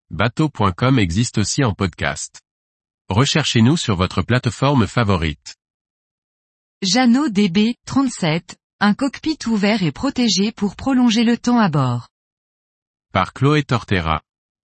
Bateau.com existe aussi en podcast. Recherchez-nous sur votre plateforme favorite. Jeannot DB37, un cockpit ouvert et protégé pour prolonger le temps à bord. Par Chloé Tortera.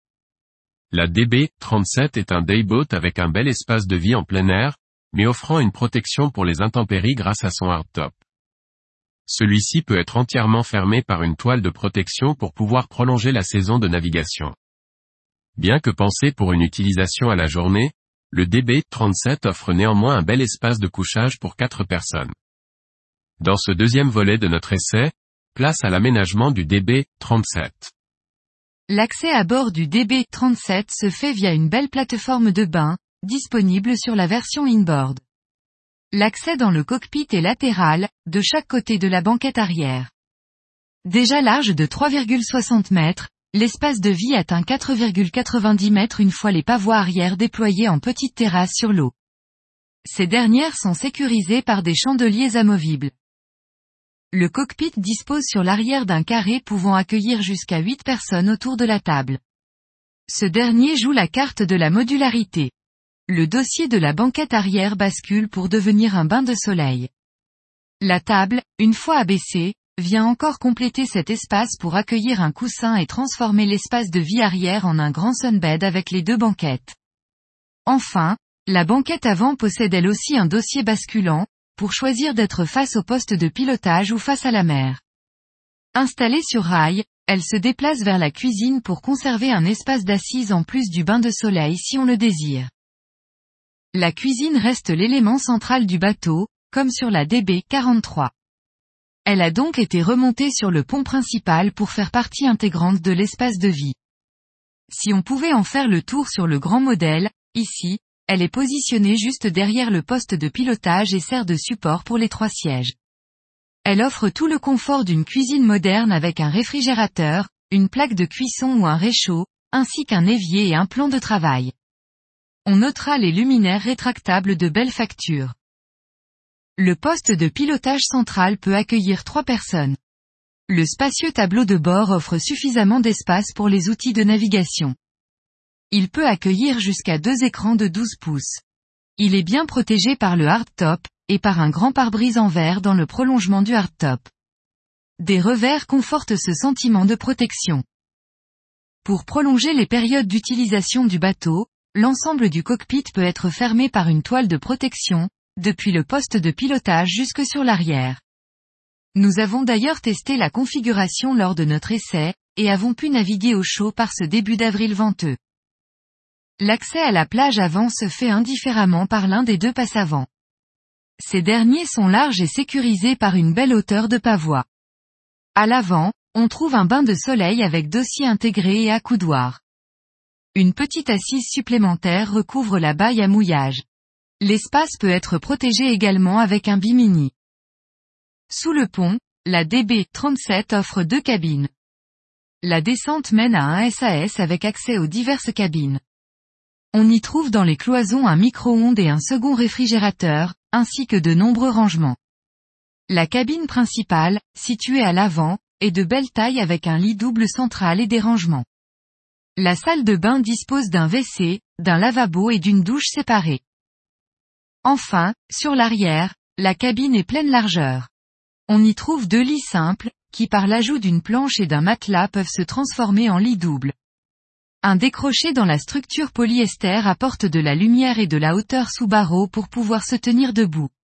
La DB37 est un dayboat avec un bel espace de vie en plein air, mais offrant une protection pour les intempéries grâce à son hardtop. Celui-ci peut être entièrement fermé par une toile de protection pour pouvoir prolonger la saison de navigation. Bien que pensé pour une utilisation à la journée, le DB37 offre néanmoins un bel espace de couchage pour 4 personnes. Dans ce deuxième volet de notre essai, place à l'aménagement du DB37. L'accès à bord du DB37 se fait via une belle plateforme de bain, disponible sur la version inboard. L'accès dans le cockpit est latéral, de chaque côté de la banquette arrière. Déjà large de 3,60 mètres, l'espace de vie atteint 4,90 mètres une fois les pavois arrière déployés en petite terrasse sur l'eau. Ces dernières sont sécurisées par des chandeliers amovibles. Le cockpit dispose sur l'arrière d'un carré pouvant accueillir jusqu'à 8 personnes autour de la table. Ce dernier joue la carte de la modularité. Le dossier de la banquette arrière bascule pour devenir un bain de soleil. La table, une fois abaissée, vient encore compléter cet espace pour accueillir un coussin et transformer l'espace de vie arrière en un grand sunbed avec les deux banquettes. Enfin, la banquette avant possède elle aussi un dossier basculant, pour choisir d'être face au poste de pilotage ou face à la mer. Installée sur rail, elle se déplace vers la cuisine pour conserver un espace d'assise en plus du bain de soleil si on le désire. La cuisine reste l'élément central du bateau, comme sur la DB43. Elle a donc été remontée sur le pont principal pour faire partie intégrante de l'espace de vie. Si on pouvait en faire le tour sur le grand modèle, ici, elle est positionnée juste derrière le poste de pilotage et sert de support pour les 3 sièges. Elle offre tout le confort d'une cuisine moderne avec un réfrigérateur, une plaque de cuisson ou un réchaud, ainsi qu'un évier et un plan de travail. On notera les luminaires rétractables de belle facture. Le poste de pilotage central peut accueillir 3 personnes. Le spacieux tableau de bord offre suffisamment d'espace pour les outils de navigation. Il peut accueillir jusqu'à 2 écrans de 12 pouces. Il est bien protégé par le hardtop, et par un grand pare-brise en verre dans le prolongement du hardtop. Des revers confortent ce sentiment de protection. Pour prolonger les périodes d'utilisation du bateau, l'ensemble du cockpit peut être fermé par une toile de protection, depuis le poste de pilotage jusque sur l'arrière. Nous avons d'ailleurs testé la configuration lors de notre essai, et avons pu naviguer au chaud par ce début d'avril venteux. L'accès à la plage avant se fait indifféremment par l'un des 2 passe-avant. Ces derniers sont larges et sécurisés par une belle hauteur de pavois. À l'avant, on trouve un bain de soleil avec dossier intégré et accoudoir. Une petite assise supplémentaire recouvre la baille à mouillage. L'espace peut être protégé également avec un bimini. Sous le pont, la DB37 offre 2 cabines. La descente mène à un SAS avec accès aux diverses cabines. On y trouve dans les cloisons un micro-ondes et un second réfrigérateur, ainsi que de nombreux rangements. La cabine principale, située à l'avant, est de belle taille avec un lit double central et des rangements. La salle de bain dispose d'un WC, d'un lavabo et d'une douche séparée. Enfin, sur l'arrière, la cabine est pleine largeur. On y trouve 2 lits simples, qui par l'ajout d'une planche et d'un matelas peuvent se transformer en lit double. Un décroché dans la structure polyester apporte de la lumière et de la hauteur sous barreau pour pouvoir se tenir debout.